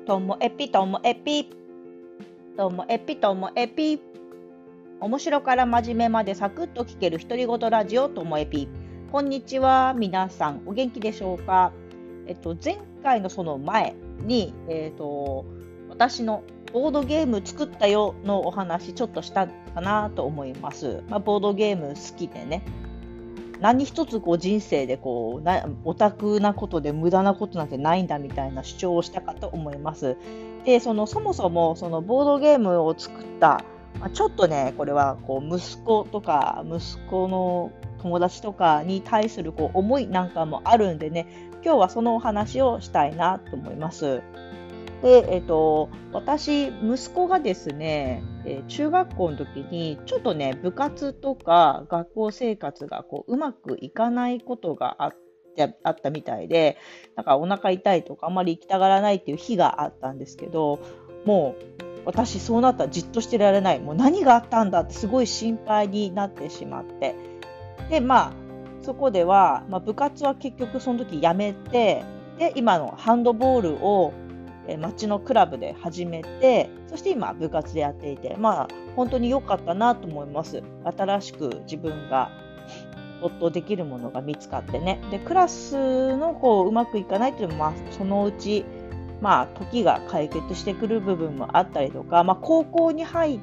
ともエピともエピともエピともエピ、面白から真面目までサクッと聞ける独り言ラジオともエピ。こんにちは、皆さんお元気でしょうか。前回のその前に、私のボードゲーム作ったよのお話ちょっとしたかなと思います。ボードゲーム好きでね、何一つ人生でオタクなことで無駄なことなんてないんだみたいな主張をしたかと思います。で、そもそもそのボードゲームを作った、ちょっとね、これは息子とか息子の友達とかに対する思いなんかもあるんでね、今日はそのお話をしたいなと思います。で、私、息子がですね、中学校の時にちょっとね、部活とか学校生活がうまくいかないことがあったみたいで、なんかお腹痛いとかあんまり行きたがらないっていう日があったんですけど、もう私そうなったらじっとしてられない。もう何があったんだってすごい心配になってしまって。で、そこでは、部活は結局その時やめて、で、今のハンドボールを町のクラブで始めて、そして今部活でやっていて、本当に良かったなと思います。新しく自分が没頭できるものが見つかってね。で、クラスのうまくいかないというのも、そのうち、時が解決してくる部分もあったりとか、高校に入って、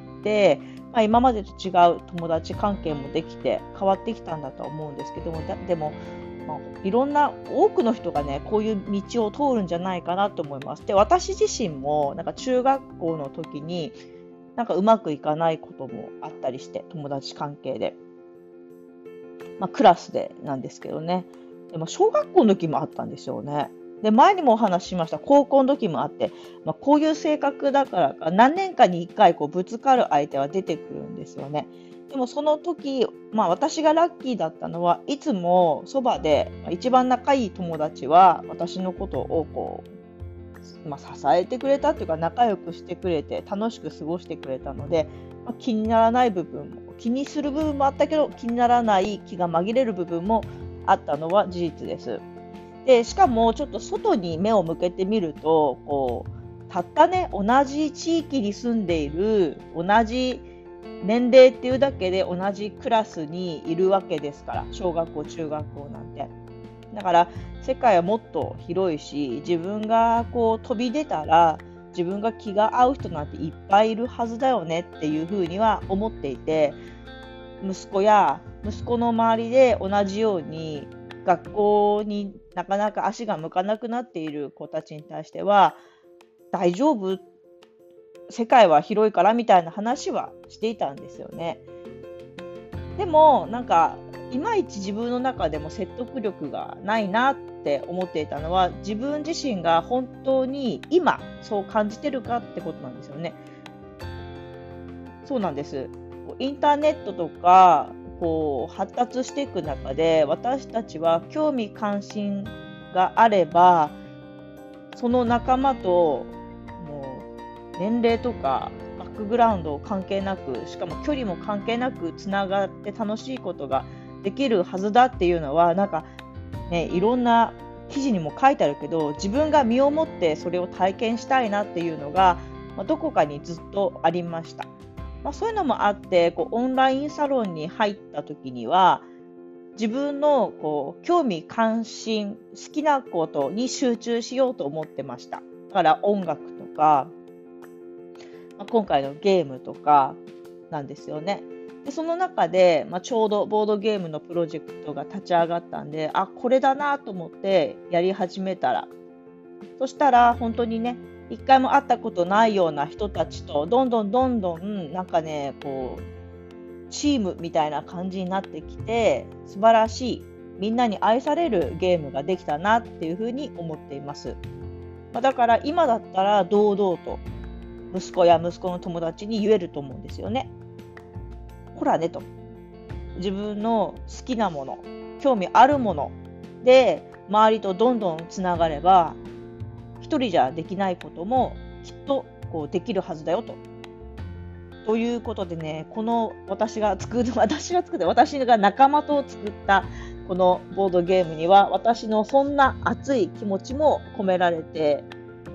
今までと違う友達関係もできて変わってきたんだとは思うんですけども、でも、いろんな多くの人がね、こういう道を通るんじゃないかなと思います。で、私自身もなんか中学校の時になんかうまくいかないこともあったりして、友達関係で、クラスでなんですけどね。でも小学校の時もあったんですよね。で、前にもお話ししました。高校の時もあって、こういう性格だからか、何年かに1回ぶつかる相手は出てくるんですよね。でもその時、私がラッキーだったのは、いつもそばで、一番仲いい友達は私のことを支えてくれたっていうか、仲良くしてくれて楽しく過ごしてくれたので、気にならない部分も、気にする部分もあったけど、気にならない気が紛れる部分もあったのは事実です。で、しかもちょっと外に目を向けてみると、たったね、同じ地域に住んでいる、同じ年齢っていうだけで同じクラスにいるわけですから、小学校、中学校なんて。だから世界はもっと広いし、自分が飛び出たら、自分が気が合う人なんていっぱいいるはずだよねっていうふうには思っていて、息子の周りで同じように学校になかなか足が向かなくなっている子たちに対しては、大丈夫、世界は広いからみたいな話はしていたんですよね。でもなんかいまいち自分の中でも説得力がないなって思っていたのは、自分自身が本当に今そう感じてるかってことなんですよね。そうなんです。インターネットとか発達していく中で、私たちは興味関心があれば、その仲間ともう年齢とかバックグラウンド関係なく、しかも距離も関係なくつながって楽しいことができるはずだっていうのは、なんかね、いろんな記事にも書いてあるけど、自分が身をもってそれを体験したいなっていうのが、どこかにずっとありました。そういうのもあって、オンラインサロンに入った時には、自分の興味関心好きなことに集中しようと思ってました。だから音楽とか、今回のゲームとかなんですよね。で、その中で、ちょうどボードゲームのプロジェクトが立ち上がったんで、これだなと思ってやり始めたら、そしたら本当にね、一回も会ったことないような人たちとどんどんなんかね、チームみたいな感じになってきて、素晴らしい、みんなに愛されるゲームができたなっていうふうに思っています。だから今だったら堂々と息子や息子の友達に言えると思うんですよね。ほらねと。自分の好きなもの、興味あるもので周りとどんどんつながれば、一人じゃできないこともきっとできるはずだよと。ということでね、この私が仲間と作ったこのボードゲームには、私のそんな熱い気持ちも込められて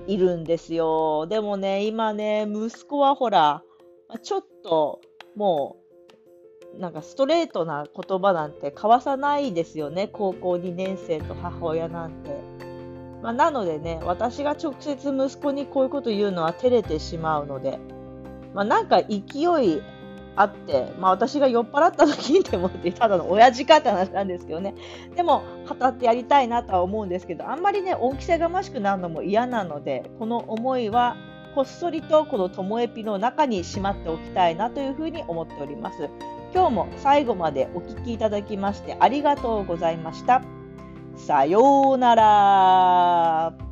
いるんですよ。でもね、今ね、息子はほら、ちょっともうなんかストレートな言葉なんて交わさないですよね。高校2年生と母親なんて。なのでね、私が直接息子にこういうこと言うのは照れてしまうので、なんか勢いあって、私が酔っ払った時にでもってただの親父かって話なんですけどね。でも語ってやりたいなとは思うんですけど、あんまりね恩着せがましくなるのも嫌なので、この思いはこっそりとこのともえぴの中にしまっておきたいなというふうに思っております。今日も最後までお聞きいただきましてありがとうございました。さようなら。